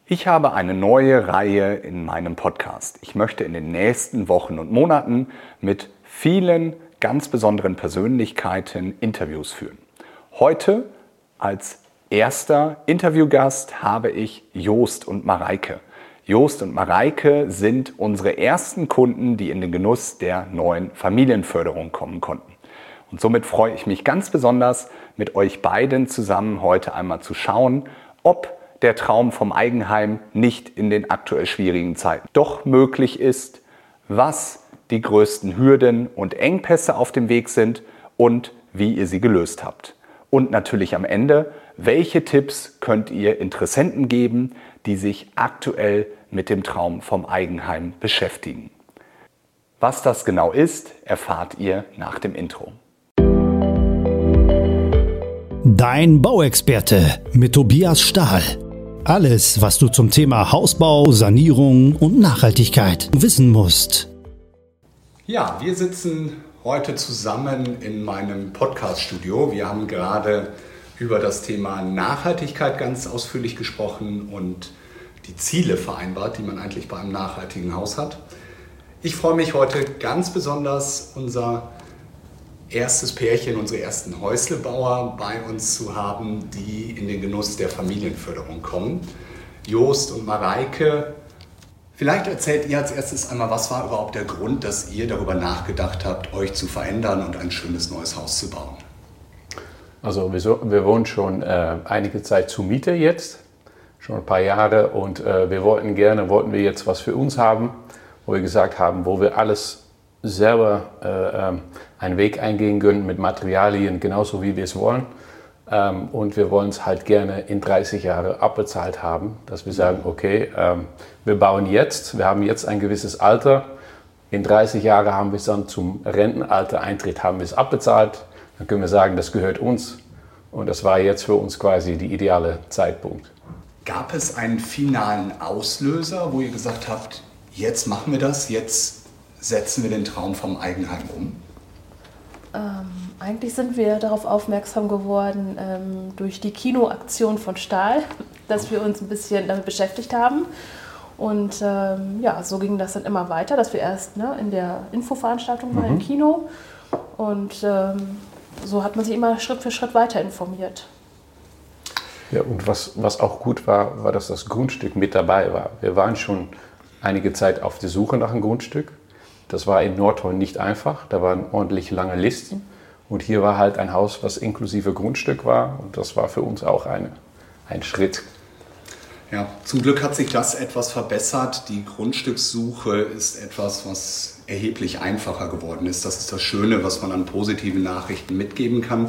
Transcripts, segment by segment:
Ich habe eine neue Reihe in meinem Podcast. Ich möchte in den nächsten Wochen und Monaten mit vielen ganz besonderen Persönlichkeiten Interviews führen. Heute als erster Interviewgast habe ich Joost und Mareike. Joost und Mareike sind unsere ersten Kunden, die in den Genuss der neuen Familienförderung kommen konnten. Und somit freue ich mich ganz besonders, mit euch beiden zusammen heute einmal zu schauen, ob der Traum vom Eigenheim nicht in den aktuell schwierigen Zeiten doch möglich ist, was die größten Hürden und Engpässe auf dem Weg sind und wie ihr sie gelöst habt. Und natürlich am Ende, welche Tipps könnt ihr Interessenten geben, die sich aktuell mit dem Traum vom Eigenheim beschäftigen. Was das genau ist, erfahrt ihr nach dem Intro. Dein Bauexperte mit Tobias Stahl. Alles, was du zum Thema Hausbau, Sanierung und Nachhaltigkeit wissen musst. Ja, wir sitzen heute zusammen in meinem Podcast-Studio. Wir haben gerade über das Thema Nachhaltigkeit ganz ausführlich gesprochen und die Ziele vereinbart, die man eigentlich bei einem nachhaltigen Haus hat. Ich freue mich heute ganz besonders, unser erstes Pärchen, unsere ersten Häuslebauer bei uns zu haben, die in den Genuss der Familienförderung kommen. Joost und Mareike. Vielleicht erzählt ihr als erstes einmal, was war überhaupt der Grund, dass ihr darüber nachgedacht habt, euch zu verändern und ein schönes neues Haus zu bauen? Also wir wohnen schon einige Zeit zur Miete jetzt, schon ein paar Jahre, und wir wollten wir jetzt was für uns haben, wo wir gesagt haben, wo wir alles selber einen Weg eingehen können mit Materialien, genauso wie wir es wollen. Und wir wollen es halt gerne in 30 Jahre abbezahlt haben, dass wir sagen, okay, wir bauen jetzt, wir haben jetzt ein gewisses Alter, in 30 Jahren haben wir es dann zum Rentenalter Eintritt, haben wir es abbezahlt, dann können wir sagen, das gehört uns, und das war jetzt für uns quasi der ideale Zeitpunkt. Gab es einen finalen Auslöser, wo ihr gesagt habt, jetzt machen wir das, jetzt setzen wir den Traum vom Eigenheim um? Eigentlich sind wir darauf aufmerksam geworden durch die Kinoaktion von Stahl, dass wir uns ein bisschen damit beschäftigt haben. Und so ging das dann immer weiter, dass wir erst in der Infoveranstaltung waren im Kino. Und so hat man sich immer Schritt für Schritt weiter informiert. Ja, und was auch gut war, dass das Grundstück mit dabei war. Wir waren schon einige Zeit auf der Suche nach einem Grundstück. Das war in Nordhorn nicht einfach, da waren ordentlich lange Listen. Und hier war halt ein Haus, was inklusive Grundstück war. Und das war für uns auch ein Schritt. Ja, zum Glück hat sich das etwas verbessert. Die Grundstückssuche ist etwas, was erheblich einfacher geworden ist. Das ist das Schöne, was man an positiven Nachrichten mitgeben kann.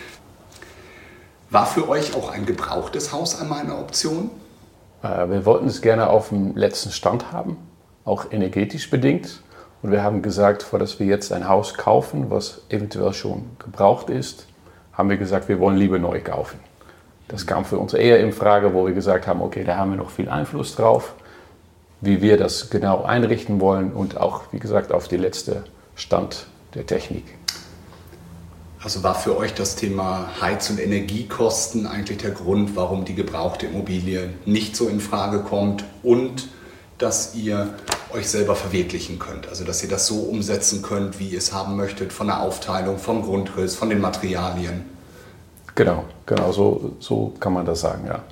War für euch auch ein gebrauchtes Haus einmal eine Option? Wir wollten es gerne auf dem letzten Stand haben, auch energetisch bedingt. Und wir haben gesagt, bevor wir jetzt ein Haus kaufen, was eventuell schon gebraucht ist, haben wir gesagt, wir wollen lieber neu kaufen. Das kam für uns eher in Frage, wo wir gesagt haben, okay, da haben wir noch viel Einfluss drauf, wie wir das genau einrichten wollen und auch, wie gesagt, auf den letzten Stand der Technik. Also war für euch das Thema Heiz- und Energiekosten eigentlich der Grund, warum die gebrauchte Immobilie nicht so in Frage kommt und dass ihr euch selber verwirklichen könnt, also dass ihr das so umsetzen könnt, wie ihr es haben möchtet, von der Aufteilung, vom Grundriss, von den Materialien. Genau, so kann man das sagen, ja.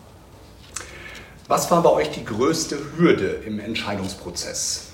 Was war bei euch die größte Hürde im Entscheidungsprozess?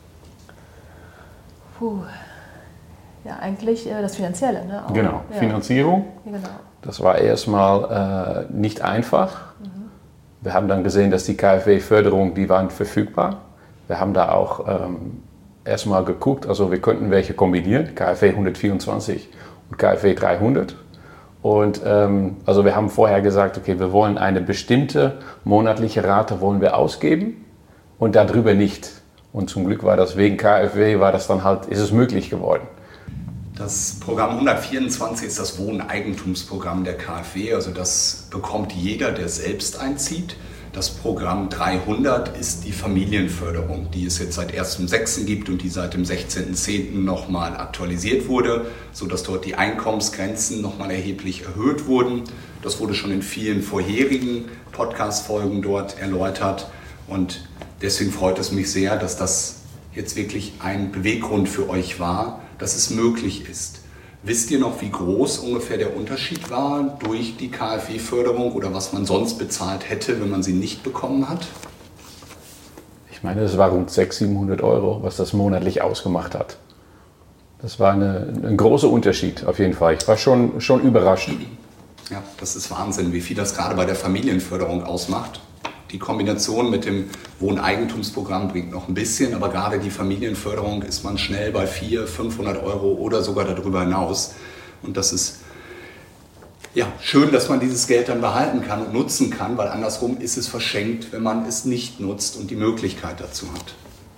Ja, eigentlich das Finanzielle. Ne? Auch, genau, ja. Finanzierung. Genau. Das war erstmal nicht einfach. Wir haben dann gesehen, dass die KfW-Förderung, die waren verfügbar. Wir haben da auch erstmal geguckt, also wir könnten welche kombinieren, KfW 124 und KfW 300. Und also wir haben vorher gesagt, okay, wir wollen eine bestimmte monatliche Rate wollen wir ausgeben und darüber nicht. Und zum Glück war das wegen KfW, ist es möglich geworden. Das Programm 124 ist das Wohneigentumsprogramm der KfW, also das bekommt jeder, der selbst einzieht. Das Programm 300 ist die Familienförderung, die es jetzt seit 1.6. gibt und die seit dem 16.10. nochmal aktualisiert wurde, sodass dort die Einkommensgrenzen nochmal erheblich erhöht wurden. Das wurde schon in vielen vorherigen Podcast-Folgen dort erläutert. Und deswegen freut es mich sehr, dass das jetzt wirklich ein Beweggrund für euch war, dass es möglich ist. Wisst ihr noch, wie groß ungefähr der Unterschied war durch die KfW-Förderung oder was man sonst bezahlt hätte, wenn man sie nicht bekommen hat? Ich meine, es war rund 600-700 Euro, was das monatlich ausgemacht hat. Das war ein großer Unterschied auf jeden Fall. Ich war schon überrascht. Ja, das ist Wahnsinn, wie viel das gerade bei der Familienförderung ausmacht. Die Kombination mit dem Wohneigentumsprogramm bringt noch ein bisschen, aber gerade die Familienförderung ist man schnell bei 400-500 Euro oder sogar darüber hinaus. Und das ist ja schön, dass man dieses Geld dann behalten kann und nutzen kann, weil andersrum ist es verschenkt, wenn man es nicht nutzt und die Möglichkeit dazu hat.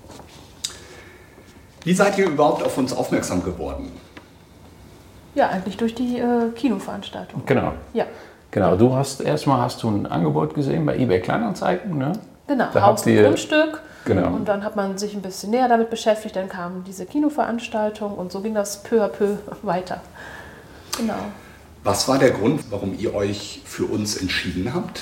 Wie seid ihr überhaupt auf uns aufmerksam geworden? Ja, eigentlich durch die Kinoveranstaltung. Genau. Ja. Genau, du hast ein Angebot gesehen bei eBay Kleinanzeigen, ne? Genau, Da Haus habt und ihr- Grundstück. Genau. Und dann hat man sich ein bisschen näher damit beschäftigt. Dann kam diese Kinoveranstaltung und so ging das peu à peu weiter. Genau. Was war der Grund, warum ihr euch für uns entschieden habt?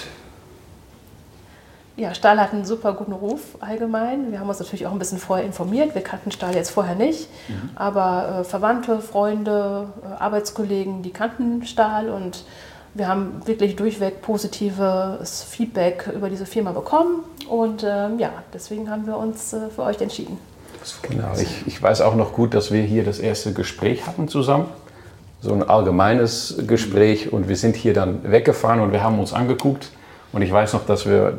Ja, Stahl hat einen super guten Ruf allgemein. Wir haben uns natürlich auch ein bisschen vorher informiert. Wir kannten Stahl jetzt vorher nicht. Aber Verwandte, Freunde, Arbeitskollegen, die kannten Stahl. Und wir haben wirklich durchweg positives Feedback über diese Firma bekommen. Und ja, deswegen haben wir uns für euch entschieden. Genau, ich weiß auch noch gut, dass wir hier das erste Gespräch hatten zusammen. So ein allgemeines Gespräch und wir sind hier dann weggefahren und wir haben uns angeguckt. Und ich weiß noch, dass wir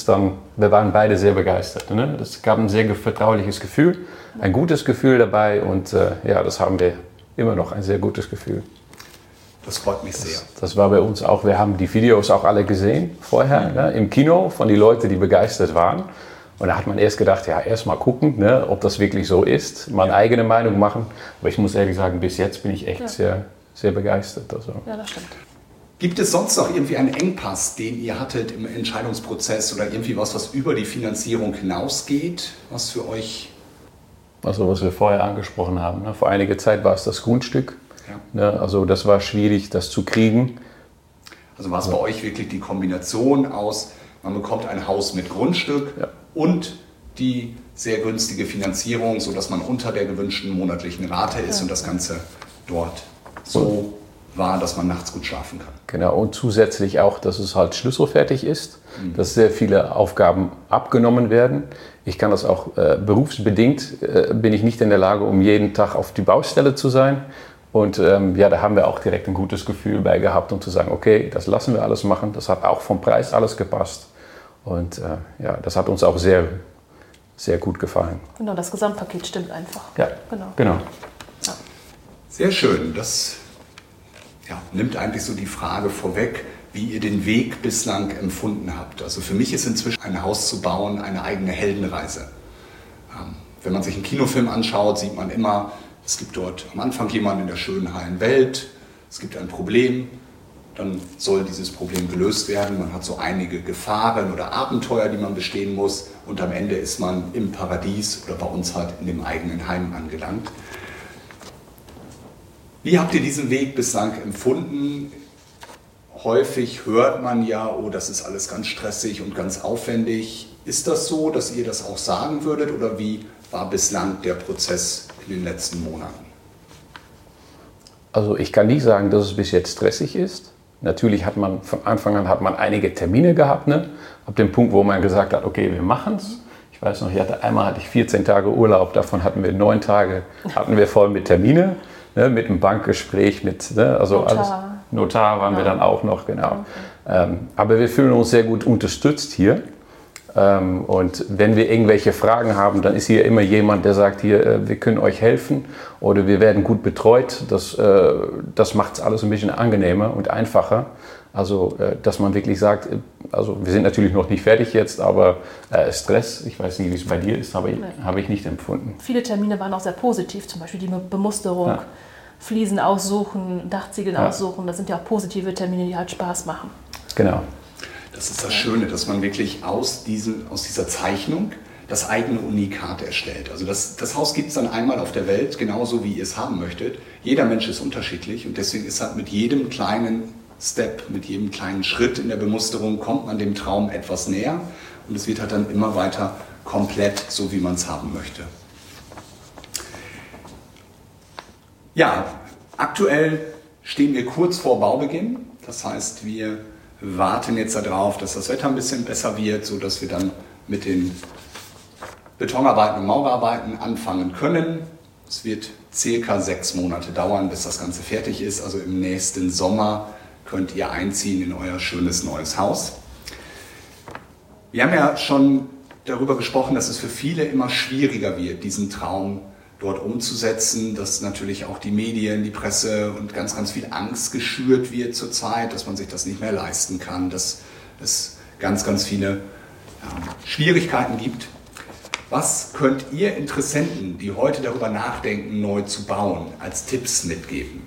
waren beide sehr begeistert. Ne? Es gab ein sehr vertrauliches Gefühl, ein gutes Gefühl dabei und ja, das haben wir immer noch, ein sehr gutes Gefühl. Das freut mich sehr. Das war bei uns auch, wir haben die Videos auch alle gesehen vorher ne, im Kino von den Leuten, die begeistert waren. Und da hat man erst gedacht, ja, erst mal gucken, ne, ob das wirklich so ist, mal eine eigene Meinung machen. Aber ich muss ehrlich sagen, bis jetzt bin ich echt sehr, sehr begeistert. Also. Ja, das stimmt. Gibt es sonst noch irgendwie einen Engpass, den ihr hattet im Entscheidungsprozess oder irgendwie was über die Finanzierung hinausgeht, was für euch... Also was wir vorher angesprochen haben. Ne? Vor einiger Zeit war es das Grundstück. Ja. Ne? Also das war schwierig, das zu kriegen. Also war es bei euch wirklich die Kombination aus, man bekommt ein Haus mit Grundstück und die sehr günstige Finanzierung, sodass man unter der gewünschten monatlichen Rate ist und das Ganze dort so war, dass man nachts gut schlafen kann. Genau, und zusätzlich auch, dass es halt schlüsselfertig ist, dass sehr viele Aufgaben abgenommen werden. Ich kann das auch berufsbedingt, bin ich nicht in der Lage, um jeden Tag auf die Baustelle zu sein. Und ja, da haben wir auch direkt ein gutes Gefühl bei gehabt, um zu sagen, okay, das lassen wir alles machen. Das hat auch vom Preis alles gepasst. Und ja, das hat uns auch sehr, sehr gut gefallen. Genau, das Gesamtpaket stimmt einfach. Ja, genau. Ja. Sehr schön. Das nimmt eigentlich so die Frage vorweg, wie ihr den Weg bislang empfunden habt. Also für mich ist inzwischen ein Haus zu bauen eine eigene Heldenreise. Wenn man sich einen Kinofilm anschaut, sieht man immer, es gibt dort am Anfang jemanden in der schönen heilen Welt, es gibt ein Problem, dann soll dieses Problem gelöst werden. Man hat so einige Gefahren oder Abenteuer, die man bestehen muss und am Ende ist man im Paradies oder bei uns halt in dem eigenen Heim angelangt. Wie habt ihr diesen Weg bislang empfunden? Häufig hört man ja, oh, das ist alles ganz stressig und ganz aufwendig. Ist das so, dass ihr das auch sagen würdet oder wie war bislang der Prozess in den letzten Monaten? Also ich kann nicht sagen, dass es bis jetzt stressig ist. Natürlich hat man von Anfang an einige Termine gehabt, ne? Ab dem Punkt, wo man gesagt hat, okay, wir machen es. Ich weiß noch, einmal hatte ich 14 Tage Urlaub, davon hatten wir 9 Tage voll mit Termine. Ne, mit einem Bankgespräch, also Notar. alles. Notar waren wir dann auch noch, genau. Okay. Aber wir fühlen uns sehr gut unterstützt hier. Und wenn wir irgendwelche Fragen haben, dann ist hier immer jemand, der sagt, hier, wir können euch helfen oder wir werden gut betreut. Das macht es alles ein bisschen angenehmer und einfacher. Also, dass man wirklich sagt, also wir sind natürlich noch nicht fertig jetzt, aber Stress, ich weiß nicht, wie es bei dir ist, habe ich nicht empfunden. Viele Termine waren auch sehr positiv, zum Beispiel die Bemusterung, Fliesen aussuchen, Dachziegeln aussuchen. Das sind ja auch positive Termine, die halt Spaß machen. Genau. Das ist das Schöne, dass man wirklich aus dieser Zeichnung das eigene Unikat erstellt. Also das Haus gibt es dann einmal auf der Welt, genauso wie ihr es haben möchtet. Jeder Mensch ist unterschiedlich und deswegen ist halt mit jedem kleinen Step, mit jedem kleinen Schritt in der Bemusterung kommt man dem Traum etwas näher und es wird halt dann immer weiter komplett so, wie man es haben möchte. Ja, aktuell stehen wir kurz vor Baubeginn. Das heißt, wir warten jetzt darauf, dass das Wetter ein bisschen besser wird, sodass wir dann mit den Betonarbeiten und Maurerarbeiten anfangen können. Es wird circa 6 Monate dauern, bis das Ganze fertig ist. Also im nächsten Sommer könnt ihr einziehen in euer schönes neues Haus. Wir haben ja schon darüber gesprochen, dass es für viele immer schwieriger wird, diesen Traum dort umzusetzen, dass natürlich auch die Medien, die Presse und ganz, ganz viel Angst geschürt wird zurzeit, dass man sich das nicht mehr leisten kann, dass es ganz, ganz viele Schwierigkeiten gibt. Was könnt ihr Interessenten, die heute darüber nachdenken, neu zu bauen, als Tipps mitgeben?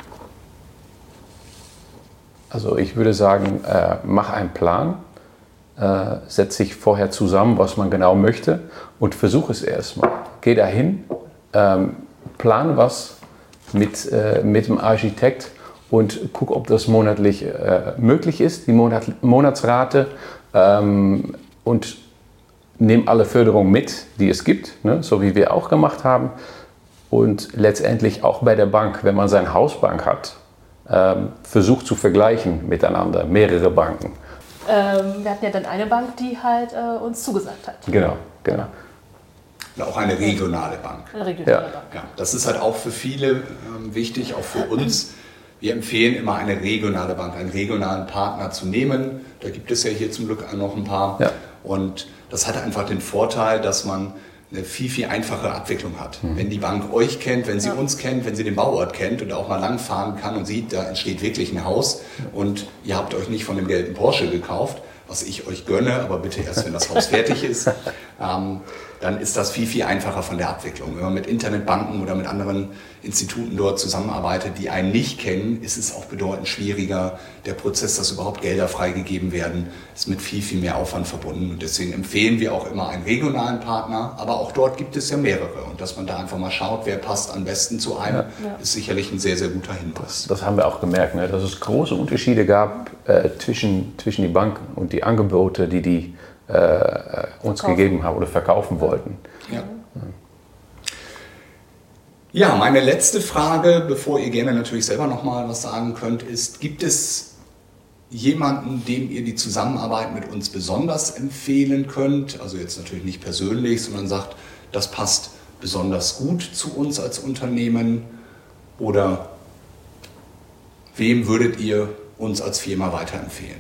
Also ich würde sagen, mach einen Plan, setz dich vorher zusammen, was man genau möchte und versuch es erstmal. Geh dahin, plan was mit dem Architekt und guck, ob das monatlich möglich ist, die Monatsrate, und nimm alle Förderungen mit, die es gibt, ne, so wie wir auch gemacht haben. Und letztendlich auch bei der Bank, wenn man seine Hausbank hat, versucht zu vergleichen miteinander, mehrere Banken. Wir hatten ja dann eine Bank, die halt uns zugesagt hat. Genau. Oder auch eine regionale Bank. Eine regionale Bank. Ja, das ist halt auch für viele wichtig, auch für uns. Wir empfehlen immer eine regionale Bank, einen regionalen Partner zu nehmen. Da gibt es ja hier zum Glück noch ein paar. Ja. Und das hat einfach den Vorteil, dass man eine viel, viel einfache Abwicklung hat. Wenn die Bank euch kennt, wenn sie uns kennt, wenn sie den Bauort kennt und auch mal langfahren kann und sieht, da entsteht wirklich ein Haus und ihr habt euch nicht von dem gelben Porsche gekauft, was ich euch gönne, aber bitte erst, wenn das Haus fertig ist, dann ist das viel, viel einfacher von der Abwicklung. Wenn man mit Internetbanken oder mit anderen Instituten dort zusammenarbeitet, die einen nicht kennen, ist es auch bedeutend schwieriger. Der Prozess, dass überhaupt Gelder freigegeben werden, ist mit viel, viel mehr Aufwand verbunden. Und deswegen empfehlen wir auch immer einen regionalen Partner, aber auch dort gibt es ja mehrere. Und dass man da einfach mal schaut, wer passt am besten zu einem, ist sicherlich ein sehr, sehr guter Hinweis. Das haben wir auch gemerkt, ne? Dass es große Unterschiede gab zwischen die Banken und die Angebote, die uns gegeben haben oder verkaufen wollten. Ja, meine letzte Frage, bevor ihr gerne natürlich selber noch mal was sagen könnt, ist, gibt es jemanden, dem ihr die Zusammenarbeit mit uns besonders empfehlen könnt? Also jetzt natürlich nicht persönlich, sondern sagt, das passt besonders gut zu uns als Unternehmen? Oder wem würdet ihr uns als Firma weiterempfehlen?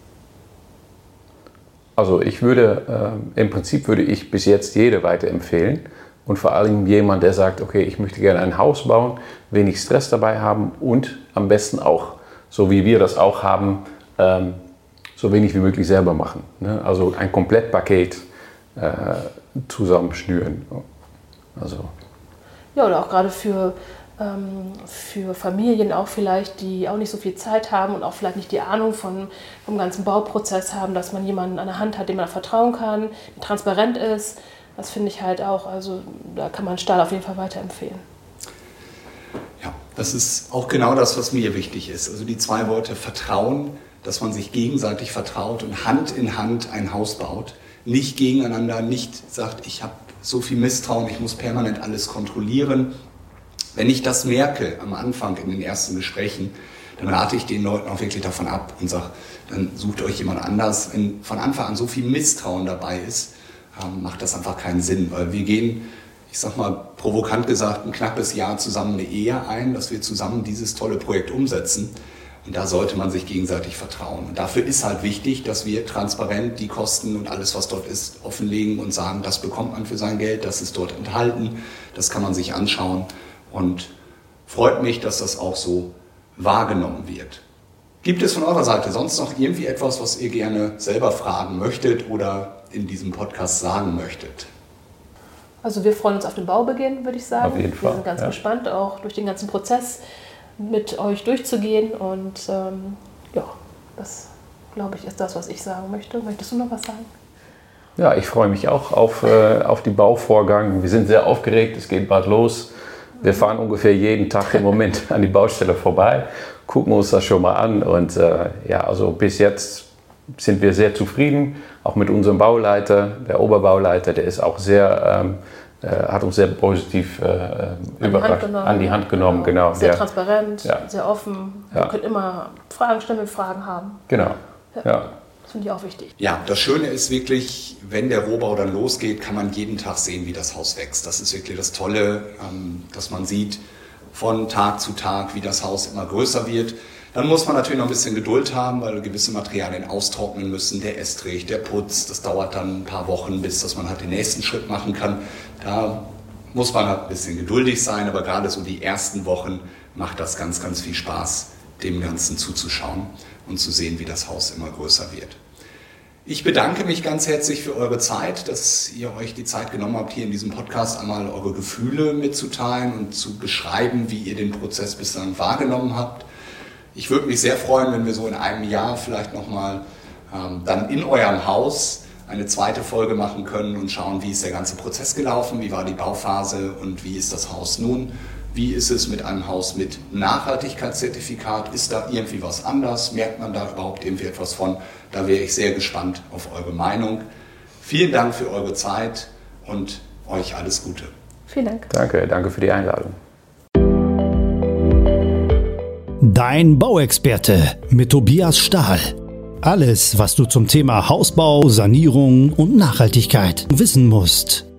Also im Prinzip würde ich bis jetzt jede weiterempfehlen und vor allem jemand, der sagt, okay, ich möchte gerne ein Haus bauen, wenig Stress dabei haben und am besten auch, so wie wir das auch haben, so wenig wie möglich selber machen. Ne? Also ein Komplettpaket zusammenschnüren. Also. Ja, oder auch gerade für Familien auch vielleicht, die auch nicht so viel Zeit haben und auch vielleicht nicht die Ahnung vom ganzen Bauprozess haben, dass man jemanden an der Hand hat, dem man vertrauen kann, der transparent ist. Das finde ich halt auch, also da kann man Stahl auf jeden Fall weiterempfehlen. Ja, das ist auch genau das, was mir wichtig ist. Also die 2 Worte Vertrauen, dass man sich gegenseitig vertraut und Hand in Hand ein Haus baut. Nicht gegeneinander, nicht sagt, ich habe so viel Misstrauen, ich muss permanent alles kontrollieren. Wenn ich das merke am Anfang in den ersten Gesprächen, dann rate ich den Leuten auch wirklich davon ab und sage, dann sucht euch jemand anders. Wenn von Anfang an so viel Misstrauen dabei ist, macht das einfach keinen Sinn, weil wir gehen, ich sag mal provokant gesagt, ein knappes Jahr zusammen eine Ehe ein, dass wir zusammen dieses tolle Projekt umsetzen. Und da sollte man sich gegenseitig vertrauen. Und dafür ist halt wichtig, dass wir transparent die Kosten und alles, was dort ist, offenlegen und sagen, das bekommt man für sein Geld, das ist dort enthalten, das kann man sich anschauen. Und freut mich, dass das auch so wahrgenommen wird. Gibt es von eurer Seite sonst noch irgendwie etwas, was ihr gerne selber fragen möchtet oder in diesem Podcast sagen möchtet? Also wir freuen uns auf den Baubeginn, würde ich sagen. Auf jeden Fall. Wir sind ganz gespannt, auch durch den ganzen Prozess mit euch durchzugehen. Und das, glaube ich, ist das, was ich sagen möchte. Möchtest du noch was sagen? Ja, ich freue mich auch auf den Bauvorgang. Wir sind sehr aufgeregt, es geht bald los. Wir fahren ungefähr jeden Tag im Moment an die Baustelle vorbei gucken uns das schon mal an. Und also bis jetzt sind wir sehr zufrieden, auch mit unserem Bauleiter, der Oberbauleiter, der ist auch hat uns sehr positiv überrascht, an die Hand genommen. Genau. Sehr transparent, sehr offen. Wir können immer Fragen stellen, wenn wir Fragen haben. Genau. Ja. Das finde ich auch wichtig. Ja, das Schöne ist wirklich, wenn der Rohbau dann losgeht, kann man jeden Tag sehen, wie das Haus wächst. Das ist wirklich das Tolle, dass man sieht von Tag zu Tag, wie das Haus immer größer wird. Dann muss man natürlich noch ein bisschen Geduld haben, weil gewisse Materialien austrocknen müssen, der Estrich, der Putz. Das dauert dann ein paar Wochen, bis dass man halt den nächsten Schritt machen kann. Da muss man halt ein bisschen geduldig sein, aber gerade so die ersten Wochen macht das ganz, ganz viel Spaß, dem Ganzen zuzuschauen und zu sehen, wie das Haus immer größer wird. Ich bedanke mich ganz herzlich für eure Zeit, dass ihr euch die Zeit genommen habt, hier in diesem Podcast einmal eure Gefühle mitzuteilen und zu beschreiben, wie ihr den Prozess bislang wahrgenommen habt. Ich würde mich sehr freuen, wenn wir so in einem Jahr vielleicht nochmal dann in eurem Haus eine zweite Folge machen können und schauen, wie ist der ganze Prozess gelaufen, wie war die Bauphase und wie ist das Haus nun. Wie ist es mit einem Haus mit Nachhaltigkeitszertifikat? Ist da irgendwie was anders? Merkt man da überhaupt irgendwie etwas von? Da wäre ich sehr gespannt auf eure Meinung. Vielen Dank für eure Zeit und euch alles Gute. Vielen Dank. Danke für die Einladung. Dein Bauexperte mit Tobias Stahl. Alles, was du zum Thema Hausbau, Sanierung und Nachhaltigkeit wissen musst.